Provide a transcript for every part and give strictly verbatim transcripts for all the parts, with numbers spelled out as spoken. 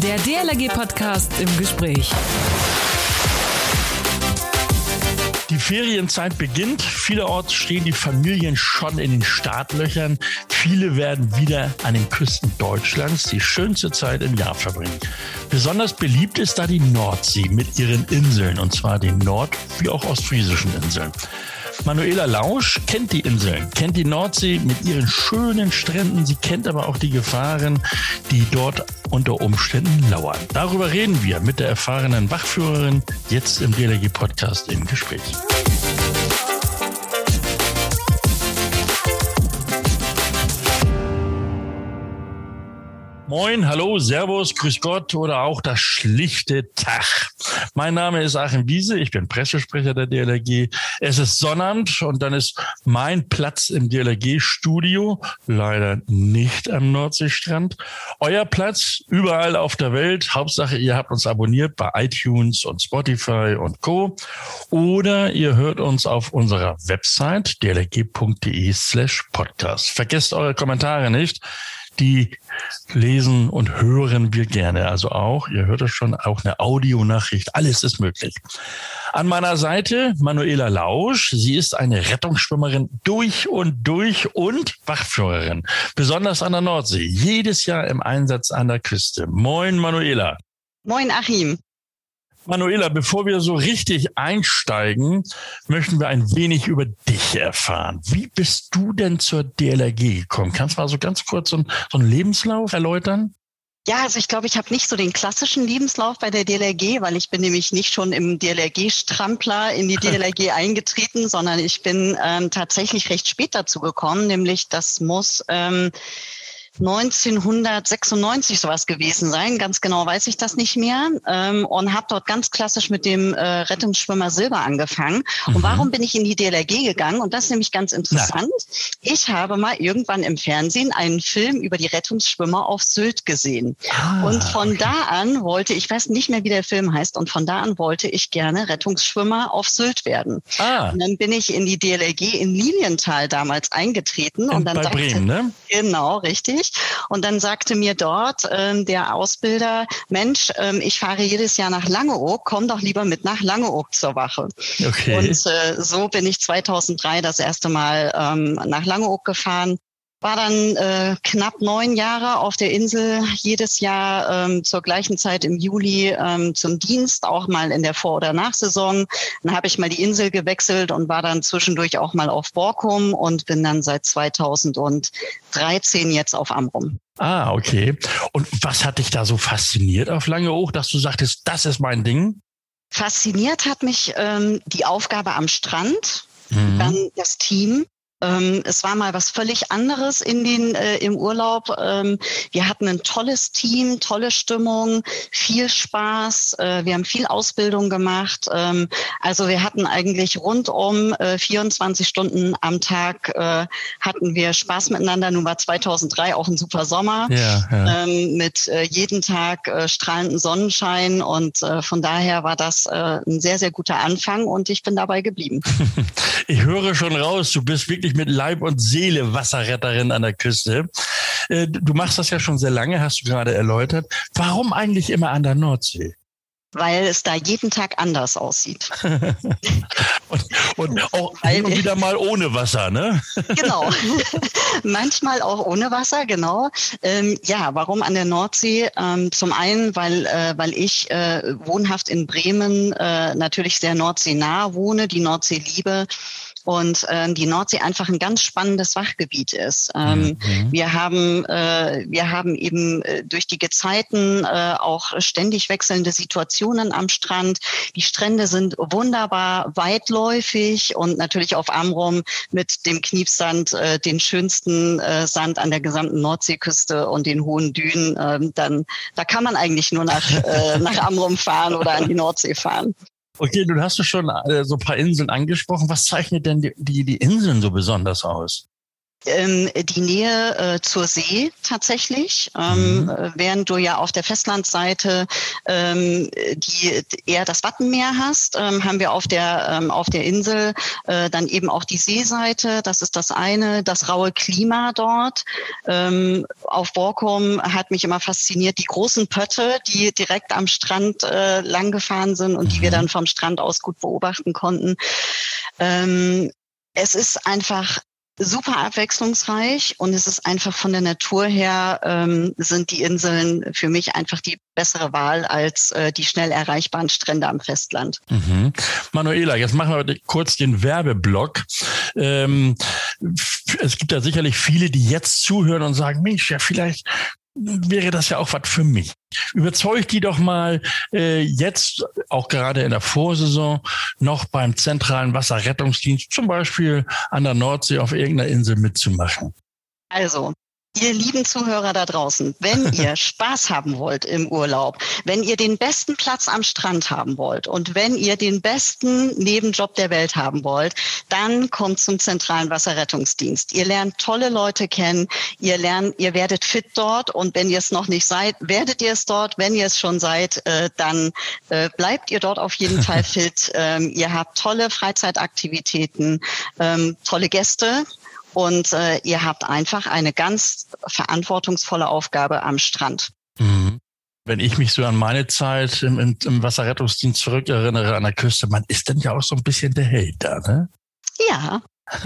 Der D L R G-Podcast im Gespräch. Die Ferienzeit beginnt. Vielerorts stehen die Familien schon in den Startlöchern. Viele werden wieder an den Küsten Deutschlands die schönste Zeit im Jahr verbringen. Besonders beliebt ist da die Nordsee mit ihren Inseln, und zwar den nord- wie auch ostfriesischen Inseln. Manuela Lausch kennt die Inseln, kennt die Nordsee mit ihren schönen Stränden. Sie kennt aber auch die Gefahren, die dort unter Umständen lauern. Darüber reden wir mit der erfahrenen Wachführerin jetzt im D L R G-Podcast im Gespräch. Moin, hallo, servus, grüß Gott oder auch das schlichte Tag. Mein Name ist Achim Wiese, ich bin Pressesprecher der D L R G. Es ist Sonnabend und dann ist mein Platz im D L R G-Studio, leider nicht am Nordseestrand. Euer Platz überall auf der Welt. Hauptsache, ihr habt uns abonniert bei iTunes und Spotify und Co. Oder ihr hört uns auf unserer Website d l r g punkt d e slash podcast. Vergesst eure Kommentare nicht. Die lesen und hören wir gerne. Also auch, ihr hört es schon, auch eine Audionachricht. Alles ist möglich. An meiner Seite Manuela Lausch. Sie ist eine Rettungsschwimmerin durch und durch und Wachführerin. Besonders an der Nordsee. Jedes Jahr im Einsatz an der Küste. Moin, Manuela. Moin, Achim. Manuela, bevor wir so richtig einsteigen, möchten wir ein wenig über dich erfahren. Wie bist du denn zur D L R G gekommen? Kannst du mal so ganz kurz so einen, so einen Lebenslauf erläutern? Ja, also ich glaube, ich habe nicht so den klassischen Lebenslauf bei der D L R G, weil ich bin nämlich nicht schon im D L R G-Strampler in die D L R G eingetreten, sondern ich bin ähm, tatsächlich recht spät dazu gekommen, nämlich das muss ähm, neunzehnhundertsechsundneunzig sowas gewesen sein, ganz genau weiß ich das nicht mehr, ähm, und habe dort ganz klassisch mit dem äh, Rettungsschwimmer Silber angefangen. Mhm. Und warum bin ich in die D L R G gegangen? Und das ist nämlich ganz interessant. Na. Ich habe mal irgendwann im Fernsehen einen Film über die Rettungsschwimmer auf Sylt gesehen. Ah, und von okay. da an wollte, ich weiß nicht mehr, wie der Film heißt, und von da an wollte ich gerne Rettungsschwimmer auf Sylt werden. Ah. Und dann bin ich in die D L R G in Lilienthal damals eingetreten. Und, und dann bei dachte, Bremen, ne? Genau, richtig. Und dann sagte mir dort ähm, der Ausbilder, Mensch, ähm, ich fahre jedes Jahr nach Langeoog, komm doch lieber mit nach Langeoog zur Wache. Okay. Und äh, so bin ich zweitausenddrei das erste Mal ähm, nach Langeoog gefahren. War dann äh, knapp neun Jahre auf der Insel, jedes Jahr ähm, zur gleichen Zeit im Juli ähm, zum Dienst, auch mal in der Vor- oder Nachsaison. Dann habe ich mal die Insel gewechselt und war dann zwischendurch auch mal auf Borkum und bin dann seit zweitausenddreizehn jetzt auf Amrum. Ah, okay. Und was hat dich da so fasziniert auf Langeoog, dass du sagtest, das ist mein Ding? Fasziniert hat mich ähm, die Aufgabe am Strand, mhm. dann das Team. Es war mal was völlig anderes in den äh, im Urlaub. Ähm, wir hatten ein tolles Team, tolle Stimmung, viel Spaß. Äh, wir haben viel Ausbildung gemacht. Ähm, also wir hatten eigentlich rundum äh, vierundzwanzig Stunden am Tag äh, hatten wir Spaß miteinander. Nun war zweitausenddrei auch ein super Sommer, ja, ja. Ähm, mit äh, jeden Tag äh, strahlenden Sonnenschein, und äh, von daher war das äh, ein sehr, sehr guter Anfang, und ich bin dabei geblieben. Ich höre schon raus, du bist wirklich mit Leib und Seele Wasserretterin an der Küste. Du machst das ja schon sehr lange, hast du gerade erläutert. Warum eigentlich immer an der Nordsee? Weil es da jeden Tag anders aussieht. und, und auch hin und wieder mal ohne Wasser, ne? Genau. Manchmal auch ohne Wasser, genau. Ähm, ja, warum an der Nordsee? Ähm, zum einen, weil äh, weil ich äh, wohnhaft in Bremen äh, natürlich sehr nordseenah wohne, die Nordsee liebe. Und äh, die Nordsee einfach ein ganz spannendes Wachgebiet ist. Ähm, mhm. Wir haben äh, wir haben eben äh, durch die Gezeiten äh, auch ständig wechselnde Situationen am Strand. Die Strände sind wunderbar weitläufig und natürlich auf Amrum mit dem Kniepsand, äh, den schönsten äh, Sand an der gesamten Nordseeküste und den hohen Dünen. Äh, dann da kann man eigentlich nur nach äh, nach Amrum fahren oder an die Nordsee fahren. Okay, du hast schon äh, so ein paar Inseln angesprochen. Was zeichnet denn die, die, die Inseln so besonders aus? Ähm, die Nähe äh, zur See tatsächlich, ähm, mhm. während du ja auf der Festlandseite ähm, die eher das Wattenmeer hast, ähm, haben wir auf der ähm, auf der Insel äh, dann eben auch die Seeseite. Das ist das eine, das raue Klima dort. Ähm, auf Borkum hat mich immer fasziniert die großen Pötte, die direkt am Strand äh, lang gefahren sind und mhm. die wir dann vom Strand aus gut beobachten konnten. Ähm, es ist einfach super abwechslungsreich und es ist einfach von der Natur her ähm, sind die Inseln für mich einfach die bessere Wahl als äh, die schnell erreichbaren Strände am Festland. Mhm. Manuela, jetzt machen wir kurz den Werbeblock. Ähm, es gibt ja sicherlich viele, die jetzt zuhören und sagen, Mensch, ja vielleicht wäre das ja auch was für mich. Überzeugt die doch mal äh, jetzt, auch gerade in der Vorsaison, noch beim zentralen Wasserrettungsdienst, zum Beispiel an der Nordsee auf irgendeiner Insel mitzumachen. Also, ihr lieben Zuhörer da draußen, wenn ihr Spaß haben wollt im Urlaub, wenn ihr den besten Platz am Strand haben wollt und wenn ihr den besten Nebenjob der Welt haben wollt, dann kommt zum zentralen Wasserrettungsdienst. Ihr lernt tolle Leute kennen, ihr lernt, ihr werdet fit dort und wenn ihr es noch nicht seid, werdet ihr es dort. Wenn ihr es schon seid, äh, dann äh, bleibt ihr dort auf jeden Fall fit. Ähm, ihr habt tolle Freizeitaktivitäten, ähm, tolle Gäste. Und äh, ihr habt einfach eine ganz verantwortungsvolle Aufgabe am Strand. Mhm. Wenn ich mich so an meine Zeit im, im, im Wasserrettungsdienst zurückerinnere an der Küste, man ist dann ja auch so ein bisschen der Held da, ne? Ja.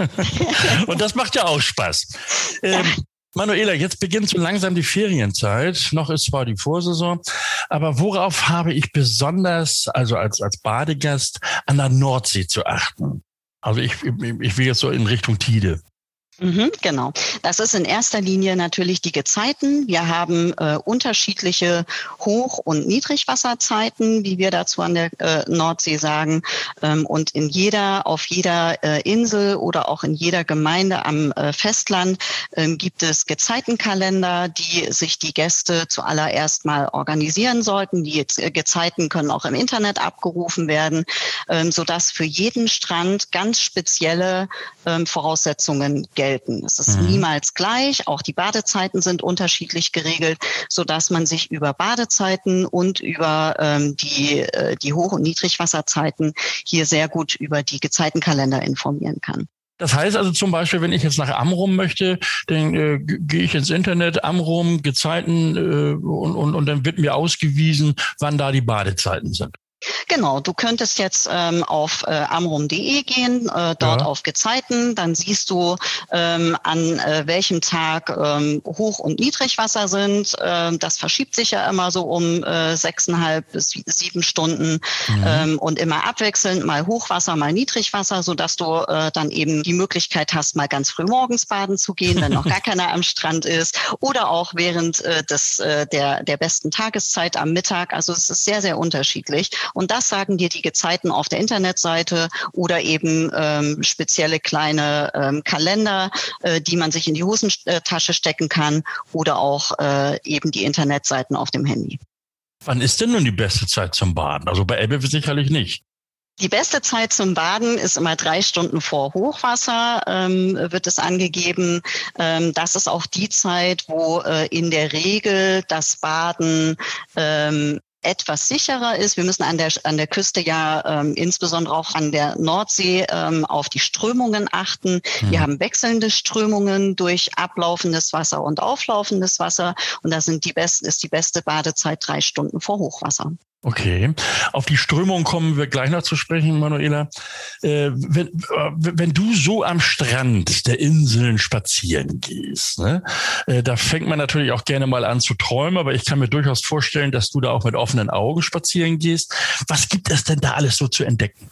Und das macht ja auch Spaß. Ähm, ja. Manuela, jetzt beginnt so langsam die Ferienzeit. Noch ist zwar die Vorsaison, aber worauf habe ich besonders, also als, als Badegast, an der Nordsee zu achten? Also ich, ich, ich will jetzt so in Richtung Tide. Mhm, genau. Das ist in erster Linie natürlich die Gezeiten. Wir haben äh, unterschiedliche Hoch- und Niedrigwasserzeiten, wie wir dazu an der äh, Nordsee sagen. Ähm, und in jeder, auf jeder äh, Insel oder auch in jeder Gemeinde am äh, Festland äh, gibt es Gezeitenkalender, die sich die Gäste zuallererst mal organisieren sollten. Die äh, Gezeiten können auch im Internet abgerufen werden, ähm, sodass für jeden Strand ganz spezielle ähm, Voraussetzungen gelten. Es ist mhm. niemals gleich. Auch die Badezeiten sind unterschiedlich geregelt, sodass man sich über Badezeiten und über ähm, die, äh, die Hoch- und Niedrigwasserzeiten hier sehr gut über die Gezeitenkalender informieren kann. Das heißt also zum Beispiel, wenn ich jetzt nach Amrum möchte, dann äh, gehe ich ins Internet, Amrum, Gezeiten äh, und, und, und dann wird mir ausgewiesen, wann da die Badezeiten sind. Genau, du könntest jetzt ähm, auf äh, amrum punkt de gehen, äh, dort ja. auf Gezeiten, dann siehst du, ähm, an äh, welchem Tag ähm, Hoch- und Niedrigwasser sind. Ähm, das verschiebt sich ja immer so um äh, sechseinhalb bis sieben Stunden mhm. ähm, und immer abwechselnd, mal Hochwasser, mal Niedrigwasser, sodass du äh, dann eben die Möglichkeit hast, mal ganz früh morgens baden zu gehen, wenn noch gar keiner am Strand ist, oder auch während äh, des äh, der der besten Tageszeit am Mittag. Also es ist sehr, sehr unterschiedlich. Und das sagen dir die Gezeiten auf der Internetseite oder eben ähm, spezielle kleine ähm, Kalender, äh, die man sich in die Hosentasche stecken kann oder auch äh, eben die Internetseiten auf dem Handy. Wann ist denn nun die beste Zeit zum Baden? Also bei Ebbe sicherlich nicht. Die beste Zeit zum Baden ist immer drei Stunden vor Hochwasser, ähm, wird es angegeben. Ähm, das ist auch die Zeit, wo äh, in der Regel das Baden ähm, etwas sicherer ist. Wir müssen an der an der Küste ja ähm, insbesondere auch an der Nordsee ähm, auf die Strömungen achten. Mhm. Wir haben wechselnde Strömungen durch ablaufendes Wasser und auflaufendes Wasser und da sind die besten ist die beste Badezeit drei Stunden vor Hochwasser. Okay, auf die Strömung kommen wir gleich noch zu sprechen, Manuela. Äh, wenn, äh, wenn du so am Strand der Inseln spazieren gehst, ne, äh, da fängt man natürlich auch gerne mal an zu träumen, aber ich kann mir durchaus vorstellen, dass du da auch mit offenen Augen spazieren gehst. Was gibt es denn da alles so zu entdecken?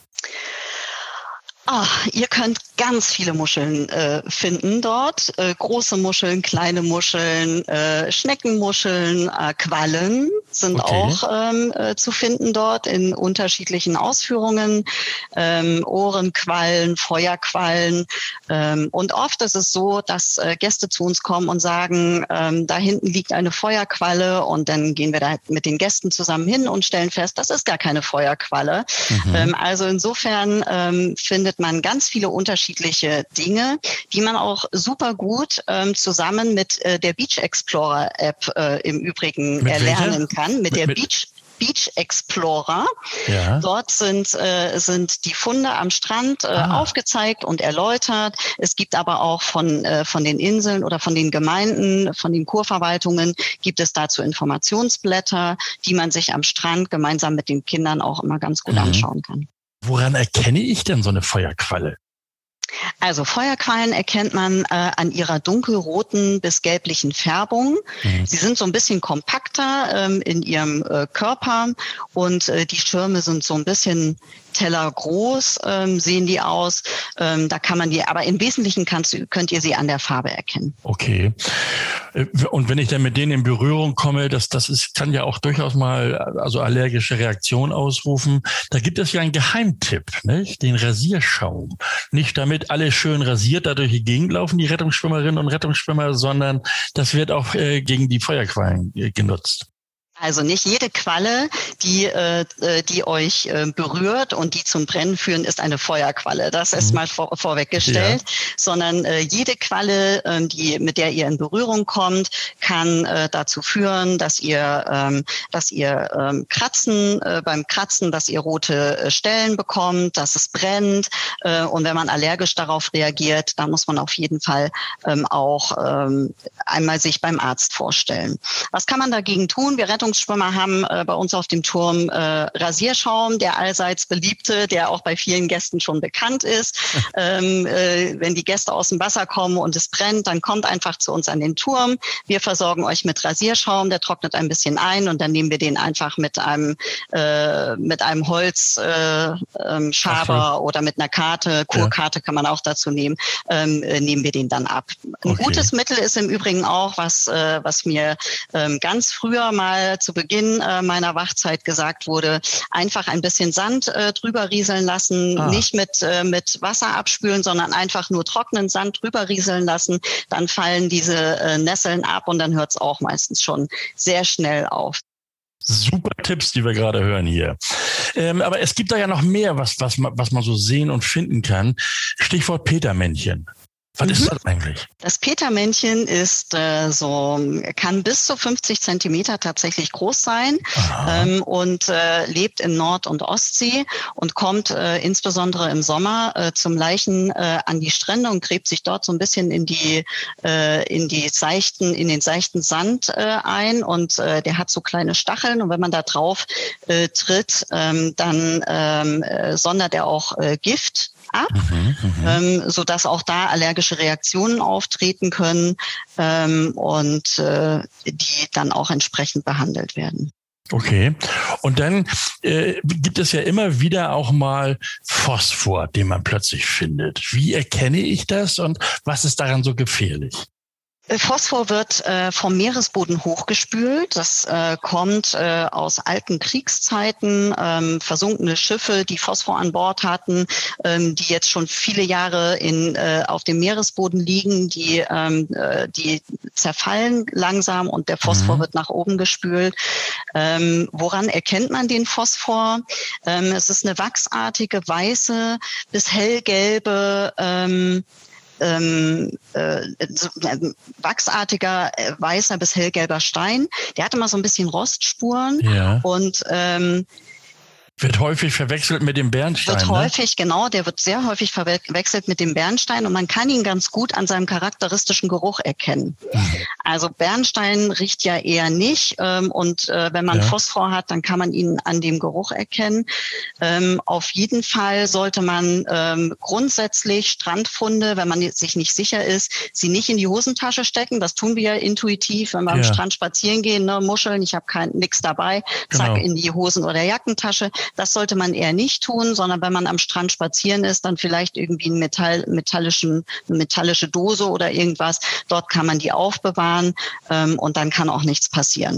Ach, ihr könnt ganz viele Muscheln äh, finden dort. Äh, große Muscheln, kleine Muscheln, äh, Schneckenmuscheln, äh, Quallen sind Okay. auch ähm, äh, zu finden dort in unterschiedlichen Ausführungen. Ähm, Ohrenquallen, Feuerquallen. Ähm, und oft ist es so, dass äh, Gäste zu uns kommen und sagen, ähm, da hinten liegt eine Feuerqualle, und dann gehen wir da mit den Gästen zusammen hin und stellen fest, das ist gar keine Feuerqualle. Mhm. Ähm, also insofern ähm, findet man ganz viele unterschiedliche Dinge, die man auch super gut ähm, zusammen mit äh, der Beach Explorer App äh, im Übrigen Mit erlernen welcher? kann. Mit, Mit- der mit- Beach Beach Explorer. Ja. Dort sind, äh, sind die Funde am Strand äh, Ah. aufgezeigt und erläutert. Es gibt aber auch von, äh, von den Inseln oder von den Gemeinden, von den Kurverwaltungen, gibt es dazu Informationsblätter, die man sich am Strand gemeinsam mit den Kindern auch immer ganz gut Mhm. anschauen kann. Woran erkenne ich denn so eine Feuerqualle? Also Feuerquallen erkennt man äh, an ihrer dunkelroten bis gelblichen Färbung. Mhm. Sie sind so ein bisschen kompakter ähm, in ihrem äh, Körper, und äh, die Schirme sind so ein bisschen tellergroß, ähm, sehen die aus. Ähm, da kann man die, aber im Wesentlichen kannst, du- könnt ihr sie an der Farbe erkennen. Okay. Äh, Und wenn ich dann mit denen in Berührung komme, das, das ist, kann ja auch durchaus mal also allergische Reaktionen ausrufen. Da gibt es ja einen Geheimtipp, nicht? Den Rasierschaum. Nicht damit alle schön rasiert da durch die Gegend laufen, die Rettungsschwimmerinnen und Rettungsschwimmer, sondern das wird auch äh, gegen die Feuerquallen äh, genutzt. Also nicht jede Qualle, die, äh, die euch äh, berührt und die zum Brennen führen, ist eine Feuerqualle. Das ist Mhm. mal vor, vorweggestellt, Ja. sondern äh, jede Qualle, äh, die, mit der ihr in Berührung kommt, kann äh, dazu führen, dass ihr, ähm, dass ihr ähm, kratzen, äh, beim Kratzen, dass ihr rote äh, Stellen bekommt, dass es brennt. Äh, und wenn man allergisch darauf reagiert, dann muss man auf jeden Fall ähm, auch ähm, einmal sich beim Arzt vorstellen. Was kann man dagegen tun? Wir Rettungsschwimmer haben äh, bei uns auf dem Turm äh, Rasierschaum, der allseits beliebte, der auch bei vielen Gästen schon bekannt ist. ähm, äh, wenn die Gäste aus dem Wasser kommen und es brennt, dann kommt einfach zu uns an den Turm. Wir versorgen euch mit Rasierschaum, der trocknet ein bisschen ein, und dann nehmen wir den einfach mit einem äh, mit einem Holzschaber äh, ähm, Schaber oder mit einer Karte, Kurkarte kann man auch dazu nehmen, ähm, äh, nehmen wir den dann ab. Ein Okay. gutes Mittel ist im Übrigen auch, was äh, was mir ähm, ganz früher mal zu Beginn äh, meiner Wachzeit gesagt wurde, einfach ein bisschen Sand äh, drüber rieseln lassen, Ah. nicht mit, äh, mit Wasser abspülen, sondern einfach nur trockenen Sand drüber rieseln lassen. Dann fallen diese äh, Nesseln ab, und dann hört es auch meistens schon sehr schnell auf. Super Tipps, die wir gerade hören hier. Ähm, aber es gibt da ja noch mehr, was, was, man, was man so sehen und finden kann. Stichwort Petermännchen. Was Mhm. ist das eigentlich? Das Petermännchen ist äh, so, kann bis zu fünfzig Zentimeter tatsächlich groß sein ähm, und äh, lebt in Nord- und Ostsee und kommt äh, insbesondere im Sommer äh, zum Laichen äh, an die Strände und gräbt sich dort so ein bisschen in die äh, in die seichten in den seichten Sand äh, ein, und äh, der hat so kleine Stacheln, und wenn man da drauf äh, tritt, ähm, dann ähm, äh, sondert er auch äh, Gift ab, Mhm, mhm. ähm, so dass auch da allergische Reaktionen auftreten können ähm, und äh, die dann auch entsprechend behandelt werden. Okay. Und dann äh, gibt es ja immer wieder auch mal Phosphor, den man plötzlich findet. Wie erkenne ich das und was ist daran so gefährlich? Phosphor wird äh, vom Meeresboden hochgespült. Das äh, kommt äh, aus alten Kriegszeiten, ähm, versunkene Schiffe, die Phosphor an Bord hatten, ähm, die jetzt schon viele Jahre in, äh, auf dem Meeresboden liegen, die, ähm, äh, die zerfallen langsam, und der Phosphor Mhm. wird nach oben gespült. Ähm, woran erkennt man den Phosphor? Ähm, es ist eine wachsartige, weiße bis hellgelbe ähm, Ähm, äh, so, äh, wachsartiger, äh, weißer bis hellgelber Stein. Der hat immer so ein bisschen Rostspuren Ja. und ähm, Wird häufig verwechselt mit dem Bernstein. wird ne? häufig, genau, der wird sehr häufig verwechselt mit dem Bernstein, und man kann ihn ganz gut an seinem charakteristischen Geruch erkennen. Mhm. Also Bernstein riecht ja eher nicht, ähm, und äh, wenn man Ja. Phosphor hat, dann kann man ihn an dem Geruch erkennen. Ähm, auf jeden Fall sollte man ähm, grundsätzlich Strandfunde, wenn man sich nicht sicher ist, sie nicht in die Hosentasche stecken. Das tun wir ja intuitiv, wenn wir Ja. am Strand spazieren gehen, ne, Muscheln, ich habe kein nix dabei, zack, Genau. in die Hosen- oder Jackentasche. Das sollte man eher nicht tun, sondern wenn man am Strand spazieren ist, dann vielleicht irgendwie einen Metall, metallischen, eine metallische Dose oder irgendwas. Dort kann man die aufbewahren, ähm, und dann kann auch nichts passieren.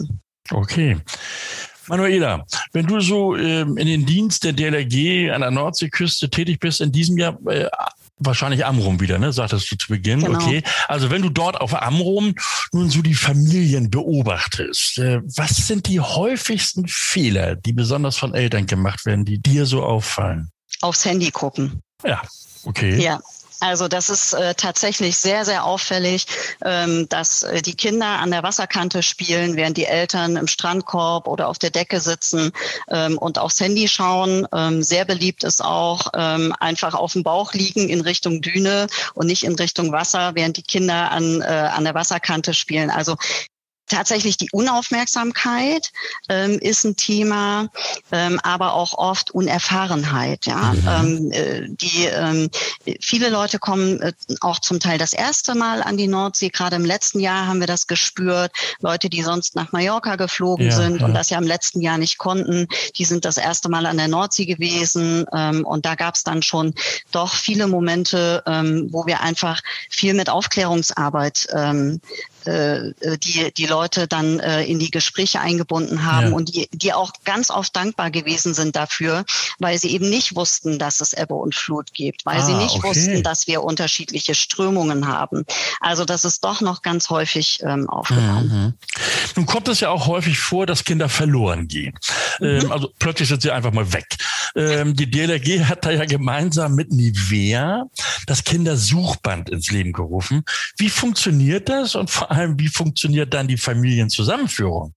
Okay. Manuela, wenn du so ähm, in den Dienst der D L R G an der Nordseeküste tätig bist, in diesem Jahr äh, wahrscheinlich Amrum wieder, ne? Sagtest du zu Beginn. Genau. Okay. Also wenn du dort auf Amrum nun so die Familien beobachtest, äh, was sind die häufigsten Fehler, die besonders von Eltern gemacht werden, die dir so auffallen? Aufs Handy gucken. Ja, okay. Ja. Also das ist äh, tatsächlich sehr, sehr auffällig, ähm, dass äh, die Kinder an der Wasserkante spielen, während die Eltern im Strandkorb oder auf der Decke sitzen ähm, und aufs Handy schauen. Ähm, sehr beliebt ist auch ähm, einfach auf dem Bauch liegen in Richtung Düne und nicht in Richtung Wasser, während die Kinder an, äh, an der Wasserkante spielen. Also tatsächlich die Unaufmerksamkeit ähm, ist ein Thema, ähm, aber auch oft Unerfahrenheit. Ja, mhm. ähm, äh, die ähm, viele Leute kommen äh, auch zum Teil das erste Mal an die Nordsee. Gerade im letzten Jahr haben wir das gespürt. Leute, die sonst nach Mallorca geflogen ja, sind ja. und das ja im letzten Jahr nicht konnten, die sind das erste Mal an der Nordsee gewesen. Ähm, und da gab es dann schon doch viele Momente, ähm, wo wir einfach viel mit Aufklärungsarbeit ähm, die die Leute dann äh, in die Gespräche eingebunden haben ja. und die die auch ganz oft dankbar gewesen sind dafür, weil sie eben nicht wussten, dass es Ebbe und Flut gibt, weil ah, sie nicht okay. wussten, dass wir unterschiedliche Strömungen haben. Also das ist doch noch ganz häufig ähm, aufgekommen. Mhm. Nun kommt es ja auch häufig vor, dass Kinder verloren gehen. Mhm. Ähm, also plötzlich sind sie einfach mal weg. Ähm, die D L R G hat da ja gemeinsam mit Nivea das Kindersuchband ins Leben gerufen. Wie funktioniert das und vor allem, wie funktioniert dann die Familienzusammenführung?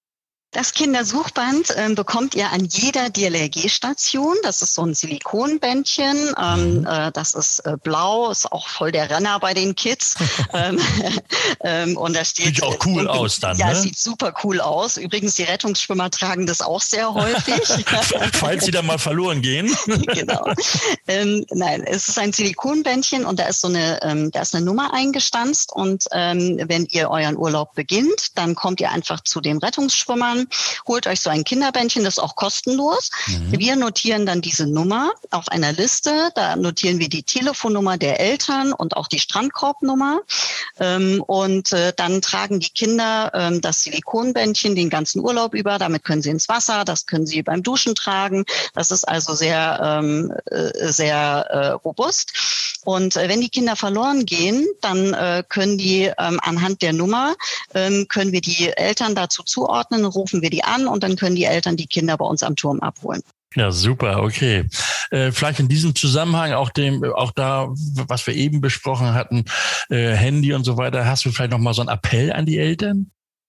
Das Kindersuchband ähm, bekommt ihr an jeder D L R G-Station. Das ist so ein Silikonbändchen. Ähm, mhm. äh, das ist äh, blau, ist auch voll der Renner bei den Kids. ähm, ähm, und da steht. Sieht auch cool und, aus dann, Ja, ne? Sieht super cool aus. Übrigens, die Rettungsschwimmer tragen das auch sehr häufig. Falls sie dann mal verloren gehen. Genau. Ähm, nein, es ist ein Silikonbändchen und da ist so eine, ähm, da ist eine Nummer eingestanzt. Und ähm, wenn ihr euren Urlaub beginnt, dann kommt ihr einfach zu den Rettungsschwimmern. Holt euch so ein Kinderbändchen, das ist auch kostenlos. Mhm. Wir notieren dann diese Nummer auf einer Liste. Da notieren wir die Telefonnummer der Eltern und auch die Strandkorbnummer. Ähm, und äh, dann tragen die Kinder ähm, das Silikonbändchen den ganzen Urlaub über. Damit können sie ins Wasser, das können sie beim Duschen tragen. Das ist also sehr, ähm, äh, sehr äh, robust. Und äh, wenn die Kinder verloren gehen, dann äh, können die ähm, anhand der Nummer, ähm, können wir die Eltern dazu zuordnen, rufen wir die an und dann können die Eltern die Kinder bei uns am Turm abholen. Ja, super, okay. Äh, vielleicht in diesem Zusammenhang auch dem, auch da, was wir eben besprochen hatten, äh, Handy und so weiter, hast du vielleicht noch mal so einen Appell an die Eltern?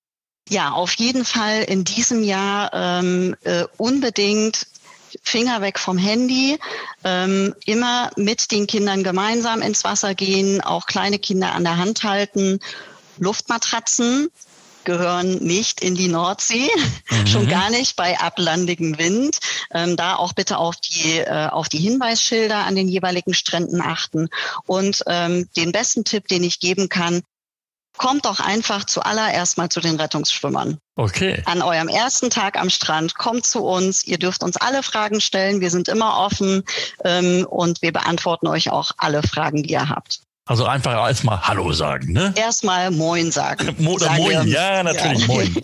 Ja, auf jeden Fall in diesem Jahr ähm, äh, unbedingt Finger weg vom Handy, ähm, immer mit den Kindern gemeinsam ins Wasser gehen, auch kleine Kinder an der Hand halten, Luftmatratzen gehören nicht in die Nordsee, mhm. schon gar nicht bei ablandigem Wind. Ähm, da auch bitte auf die äh, auf die Hinweisschilder an den jeweiligen Stränden achten. Und ähm, den besten Tipp, den ich geben kann, kommt doch einfach zuallererst mal zu den Rettungsschwimmern. Okay. An eurem ersten Tag am Strand, kommt zu uns. Ihr dürft uns alle Fragen stellen. Wir sind immer offen ähm, und wir beantworten euch auch alle Fragen, die ihr habt. Also einfach erstmal Hallo sagen, ne? Erstmal Moin sagen. Mo- sagen Moin, wir, ja, natürlich, ja. Moin.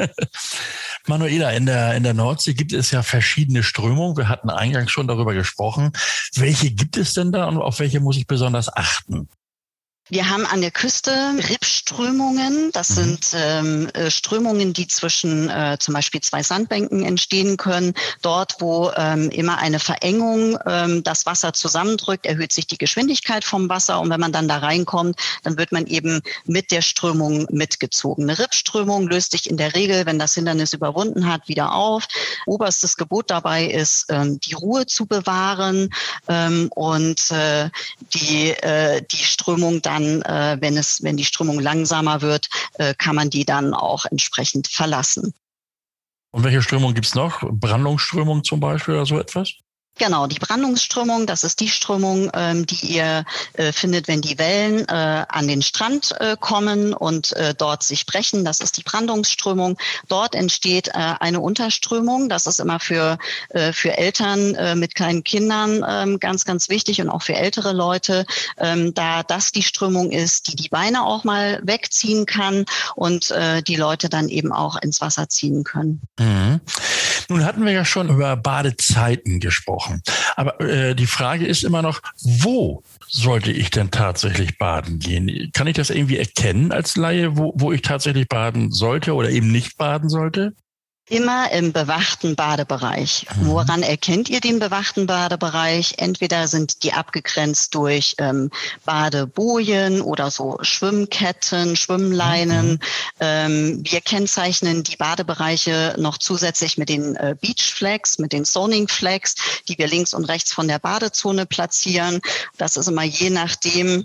Manuela, in der, in der Nordsee gibt es ja verschiedene Strömungen. Wir hatten eingangs schon darüber gesprochen. Welche gibt es denn da und auf welche muss ich besonders achten? Wir haben an der Küste Rippströmungen. Das mhm. sind ähm, Strömungen, die zwischen äh, zum Beispiel zwei Sandbänken entstehen können. Dort, wo ähm, immer eine Verengung ähm, das Wasser zusammendrückt, erhöht sich die Geschwindigkeit vom Wasser. Und wenn man dann da reinkommt, dann wird man eben mit der Strömung mitgezogen. Eine Rippströmung löst sich in der Regel, wenn das Hindernis überwunden hat, wieder auf. Oberstes Gebot dabei ist, ähm, die Ruhe zu bewahren ähm, und äh, die, äh, die Strömung dann Dann, äh, wenn es, wenn die Strömung langsamer wird, äh, kann man die dann auch entsprechend verlassen. Und welche Strömung gibt's noch? Brandungsströmung zum Beispiel oder so etwas? Genau, die Brandungsströmung, das ist die Strömung, ähm, die ihr äh, findet, wenn die Wellen äh, an den Strand äh, kommen und äh, dort sich brechen. Das ist die Brandungsströmung. Dort entsteht äh, eine Unterströmung. Das ist immer für äh, für Eltern äh, mit kleinen Kindern ähm, ganz, ganz wichtig und auch für ältere Leute, ähm, da das die Strömung ist, die die Beine auch mal wegziehen kann und äh, die Leute dann eben auch ins Wasser ziehen können. Mhm. Nun hatten wir ja schon über Badezeiten gesprochen. Aber äh, die Frage ist immer noch, wo sollte ich denn tatsächlich baden gehen? Kann ich das irgendwie erkennen als Laie, wo, wo ich tatsächlich baden sollte oder eben nicht baden sollte? Immer im bewachten Badebereich. Mhm. Woran erkennt ihr den bewachten Badebereich? Entweder sind die abgegrenzt durch ähm, Badebojen oder so Schwimmketten, Schwimmleinen. Mhm. Ähm, wir kennzeichnen die Badebereiche noch zusätzlich mit den äh, Beach Flags, mit den Zoning Flags, die wir links und rechts von der Badezone platzieren. Das ist immer je nachdem,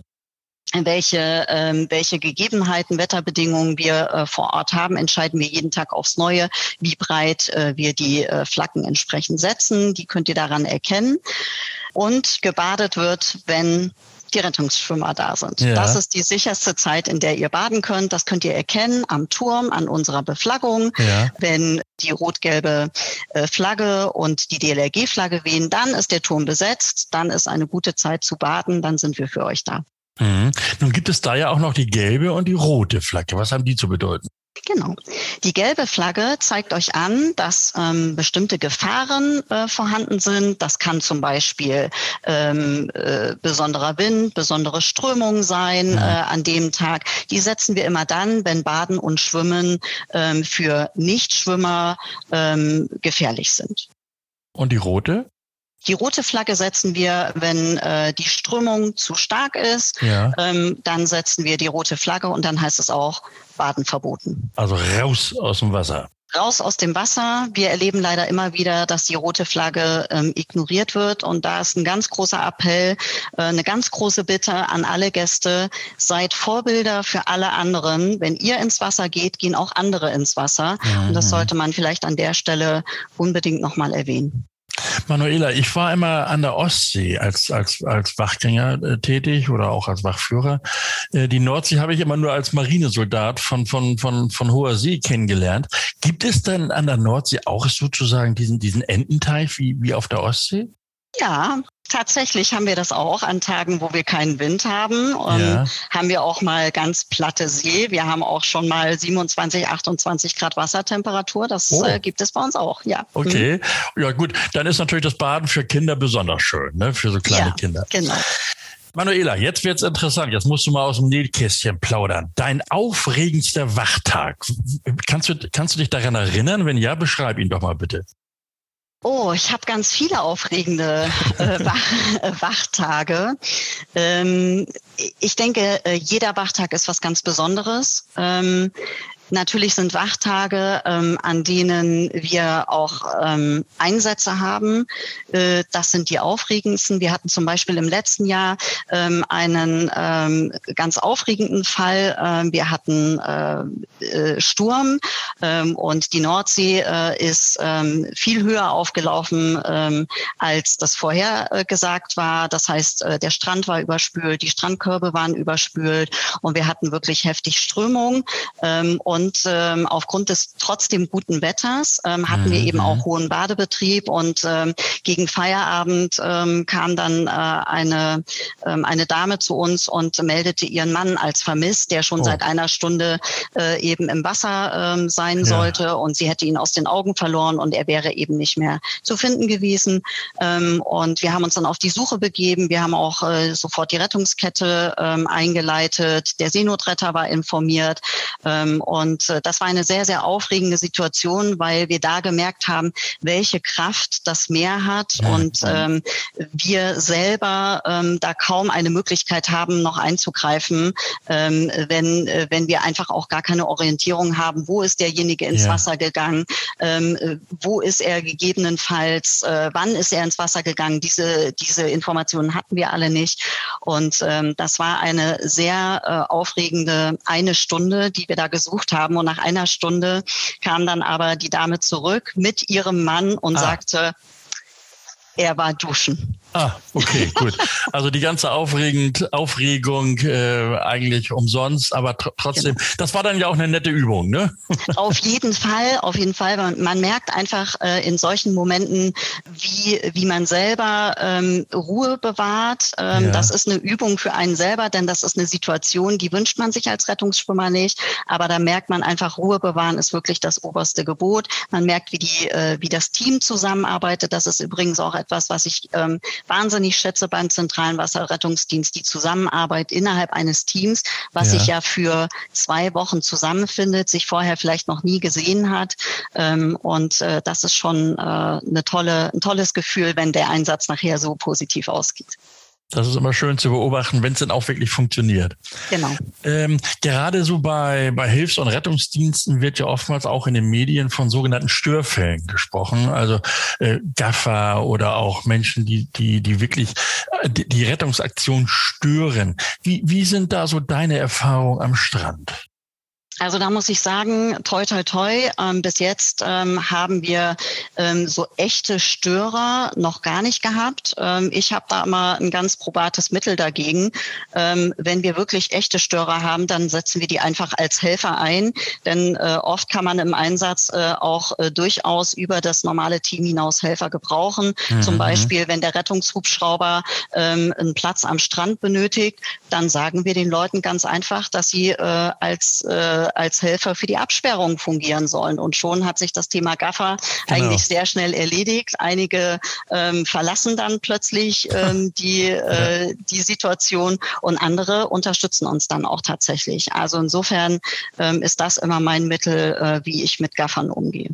welche ähm, welche Gegebenheiten, Wetterbedingungen wir äh, vor Ort haben, entscheiden wir jeden Tag aufs Neue, wie breit äh, wir die äh, Flaggen entsprechend setzen. Die könnt ihr daran erkennen. Und gebadet wird, wenn die Rettungsschwimmer da sind. Ja. Das ist die sicherste Zeit, in der ihr baden könnt. Das könnt ihr erkennen am Turm, an unserer Beflaggung. Ja. Wenn die rot-gelbe äh, Flagge und die D L R G-Flagge wehen, dann ist der Turm besetzt. Dann ist eine gute Zeit zu baden. Dann sind wir für euch da. Mhm. Nun gibt es da ja auch noch die gelbe und die rote Flagge. Was haben die zu bedeuten? Genau. Die gelbe Flagge zeigt euch an, dass ähm, bestimmte Gefahren äh, vorhanden sind. Das kann zum Beispiel ähm, äh, besonderer Wind, besondere Strömung sein mhm. äh, an dem Tag. Die setzen wir immer dann, wenn Baden und Schwimmen ähm, für Nichtschwimmer ähm, gefährlich sind. Und die rote? Die rote Flagge setzen wir, wenn äh, die Strömung zu stark ist. Ja. Ähm, dann setzen wir die rote Flagge und dann heißt es auch Baden verboten. Also raus aus dem Wasser. Raus aus dem Wasser. Wir erleben leider immer wieder, dass die rote Flagge ähm, ignoriert wird. Und da ist ein ganz großer Appell, äh, eine ganz große Bitte an alle Gäste. Seid Vorbilder für alle anderen. Wenn ihr ins Wasser geht, gehen auch andere ins Wasser. Mhm. Und das sollte man vielleicht an der Stelle unbedingt nochmal erwähnen. Manuela, ich war immer an der Ostsee als als als Wachgänger äh, tätig oder auch als Wachführer. Äh, die Nordsee habe ich immer nur als Marinesoldat von von von von hoher See kennengelernt. Gibt es denn an der Nordsee auch sozusagen diesen diesen Ententeich wie wie auf der Ostsee? Ja, tatsächlich haben wir das auch an Tagen, wo wir keinen Wind haben. Und ja. haben wir auch mal ganz platte See. Wir haben auch schon mal siebenundzwanzig, achtundzwanzig Grad Wassertemperatur. Das oh. äh, gibt es bei uns auch, ja. Okay, mhm. ja gut. Dann ist natürlich das Baden für Kinder besonders schön, ne? Für so kleine ja, Kinder. Genau. Manuela, jetzt wird's interessant. Jetzt musst du mal aus dem Nähkästchen plaudern. Dein aufregendster Wachtag. Kannst du, kannst du dich daran erinnern? Wenn ja, beschreib ihn doch mal bitte. Oh, ich habe ganz viele aufregende äh, Wach- Wachtage. Ähm, ich denke, jeder Wachtag ist was ganz Besonderes. Ähm, Natürlich sind Wachtage, ähm, an denen wir auch ähm, Einsätze haben. Äh, das sind die aufregendsten. Wir hatten zum Beispiel im letzten Jahr ähm, einen ähm, ganz aufregenden Fall. Ähm, wir hatten äh, äh, Sturm ähm, und die Nordsee äh, ist ähm, viel höher aufgelaufen, ähm, als das vorher äh, gesagt war. Das heißt, äh, der Strand war überspült, die Strandkörbe waren überspült und wir hatten wirklich heftig Strömung. Ähm, und Und ähm, aufgrund des trotzdem guten Wetters ähm, hatten mhm. wir eben auch hohen Badebetrieb und ähm, gegen Feierabend ähm, kam dann äh, eine ähm, eine Dame zu uns und meldete ihren Mann als vermisst, der schon oh. seit einer Stunde äh, eben im Wasser ähm, sein ja. sollte und sie hätte ihn aus den Augen verloren und er wäre eben nicht mehr zu finden gewesen. Ähm, und wir haben uns dann auf die Suche begeben. Wir haben auch äh, sofort die Rettungskette ähm, eingeleitet. Der Seenotretter war informiert ähm, und Und das war eine sehr, sehr aufregende Situation, weil wir da gemerkt haben, welche Kraft das Meer hat ja. und ähm, wir selber ähm, da kaum eine Möglichkeit haben, noch einzugreifen, ähm, wenn wenn wir einfach auch gar keine Orientierung haben, wo ist derjenige ins ja. Wasser gegangen, ähm, wo ist er gegebenenfalls, äh, wann ist er ins Wasser gegangen. Diese diese Informationen hatten wir alle nicht und ähm, das war eine sehr äh, aufregende eine Stunde, die wir da gesucht haben. Und nach einer Stunde kam dann aber die Dame zurück mit ihrem Mann und ah. sagte, Er war duschen. Ah, okay, gut. Also die ganze Aufregend, Aufregung äh, eigentlich umsonst, aber tr- trotzdem, genau. Das war dann ja auch eine nette Übung, ne? Auf jeden Fall, auf jeden Fall. Man, man merkt einfach äh, in solchen Momenten, wie wie man selber ähm, Ruhe bewahrt. Ähm, ja. Das ist eine Übung für einen selber, denn das ist eine Situation, die wünscht man sich als Rettungsschwimmer nicht. Aber da merkt man einfach, Ruhe bewahren ist wirklich das oberste Gebot. Man merkt, wie die äh, wie das Team zusammenarbeitet. Das ist übrigens auch etwas, was ich ähm, wahnsinnig schätze beim Zentralen Wasserrettungsdienst, die Zusammenarbeit innerhalb eines Teams, was ja. sich ja für zwei Wochen zusammenfindet, sich vorher vielleicht noch nie gesehen hat. Und das ist schon eine tolle, ein tolles Gefühl, wenn der Einsatz nachher so positiv ausgeht. Das ist immer schön zu beobachten, wenn es denn auch wirklich funktioniert. Genau. Ähm, gerade so bei, bei Hilfs- und Rettungsdiensten wird ja oftmals auch in den Medien von sogenannten Störfällen gesprochen. Also äh, Gaffer oder auch Menschen, die, die, die wirklich äh, die, die Rettungsaktion stören. Wie, wie sind da so deine Erfahrungen am Strand? Also da muss ich sagen, toi, toi, toi, ähm, bis jetzt ähm, haben wir ähm, so echte Störer noch gar nicht gehabt. Ähm, ich habe da immer ein ganz probates Mittel dagegen. Ähm, wenn wir wirklich echte Störer haben, dann setzen wir die einfach als Helfer ein. Denn äh, oft kann man im Einsatz äh, auch äh, durchaus über das normale Team hinaus Helfer gebrauchen. Mhm. Zum Beispiel, wenn der Rettungshubschrauber ähm, einen Platz am Strand benötigt, dann sagen wir den Leuten ganz einfach, dass sie äh, als äh, als Helfer für die Absperrung fungieren sollen. Und schon hat sich das Thema Gaffer genau. eigentlich sehr schnell erledigt. Einige ähm, verlassen dann plötzlich ähm, die, äh, die Situation und andere unterstützen uns dann auch tatsächlich. Also insofern ähm, ist das immer mein Mittel, äh, wie ich mit Gaffern umgehe.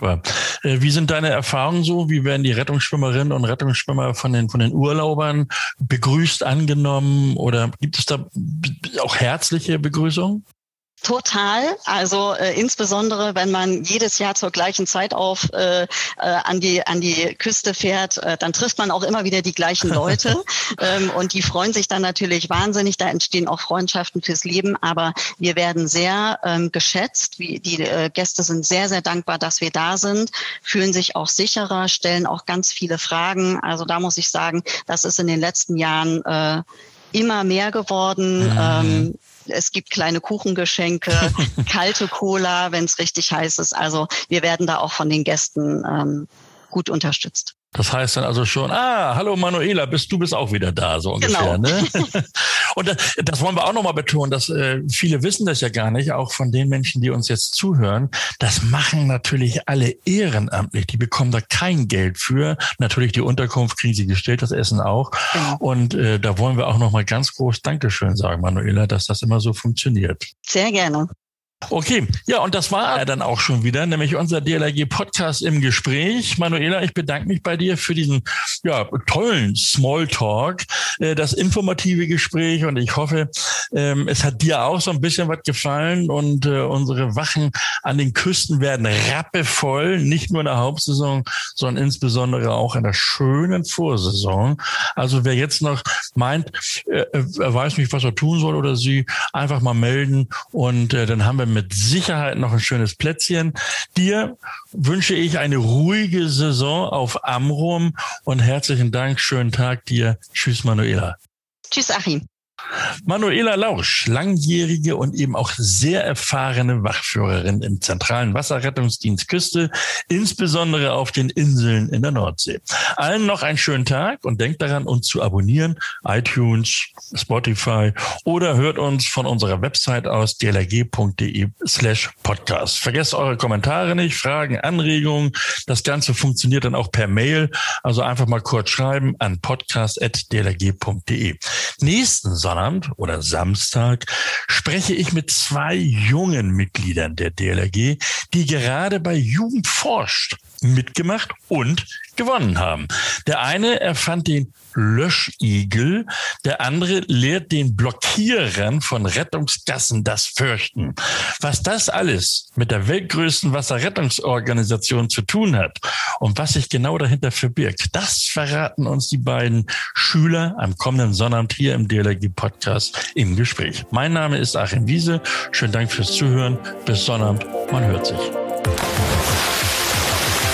Wie sind deine Erfahrungen so? Wie werden die Rettungsschwimmerinnen und Rettungsschwimmer von den, von den Urlaubern begrüßt, angenommen? Oder gibt es da auch herzliche Begrüßungen? Total. Also äh, insbesondere, wenn man jedes Jahr zur gleichen Zeit auf äh, äh, an die an die Küste fährt, äh, dann trifft man auch immer wieder die gleichen Leute ähm, und die freuen sich dann natürlich wahnsinnig. Da entstehen auch Freundschaften fürs Leben. Aber wir werden sehr ähm, geschätzt. Wie, die äh, Gäste sind sehr sehr dankbar, dass wir da sind, fühlen sich auch sicherer, stellen auch ganz viele Fragen. Also da muss ich sagen, das ist in den letzten Jahren äh, immer mehr geworden. Mhm. Ähm, Es gibt kleine Kuchengeschenke, kalte Cola, wenn es richtig heiß ist. Also wir werden da auch von den Gästen ähm, gut unterstützt. Das heißt dann also schon, ah, hallo Manuela, bist du bist auch wieder da, so ungefähr. Genau. Ne? Und das, das wollen wir auch nochmal betonen, dass äh, viele wissen das ja gar nicht, auch von den Menschen, die uns jetzt zuhören. Das machen natürlich alle ehrenamtlich. Die bekommen da kein Geld für. Natürlich die Unterkunft kriegen sie gestellt, das Essen auch. Genau. Und äh, da wollen wir auch nochmal ganz groß Dankeschön sagen, Manuela, dass das immer so funktioniert. Sehr gerne. Okay, ja, und das war dann auch schon wieder, nämlich unser D L R G-Podcast im Gespräch. Manuela, ich bedanke mich bei dir für diesen ja tollen Smalltalk, äh, das informative Gespräch, und ich hoffe, ähm, es hat dir auch so ein bisschen was gefallen, und äh, unsere Wachen an den Küsten werden rappevoll, nicht nur in der Hauptsaison, sondern insbesondere auch in der schönen Vorsaison. Also wer jetzt noch meint, äh, er weiß nicht, was er tun soll oder sie, einfach mal melden, und äh, dann haben wir mit Sicherheit noch ein schönes Plätzchen. Dir wünsche ich eine ruhige Saison auf Amrum und herzlichen Dank. Schönen Tag dir. Tschüss, Manuela. Tschüss, Achim. Manuela Lausch, langjährige und eben auch sehr erfahrene Wachführerin im zentralen Wasserrettungsdienst Küste, insbesondere auf den Inseln in der Nordsee. Allen noch einen schönen Tag und denkt daran, uns zu abonnieren, iTunes, Spotify, oder hört uns von unserer Website aus d l r g punkt d e slash podcast. Vergesst eure Kommentare nicht, Fragen, Anregungen. Das Ganze funktioniert dann auch per Mail, also einfach mal kurz schreiben an podcast at d l r g punkt d e. Nächsten Sonnabend oder Samstag spreche ich mit zwei jungen Mitgliedern der D L R G, die gerade bei Jugend forscht mitgemacht und gewonnen haben. Der eine erfand den Löschigel, der andere lehrt den Blockierern von Rettungsgassen das Fürchten. Was das alles mit der weltgrößten Wasserrettungsorganisation zu tun hat und was sich genau dahinter verbirgt, das verraten uns die beiden Schüler am kommenden Sonnabend hier im D L R G-Podcast im Gespräch. Mein Name ist Achim Wiese. Schönen Dank fürs Zuhören. Bis Sonnabend. Man hört sich.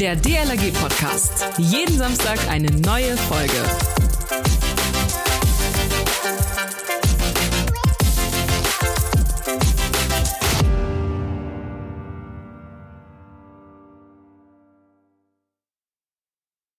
Der D L R G Podcast. Jeden Samstag eine neue Folge.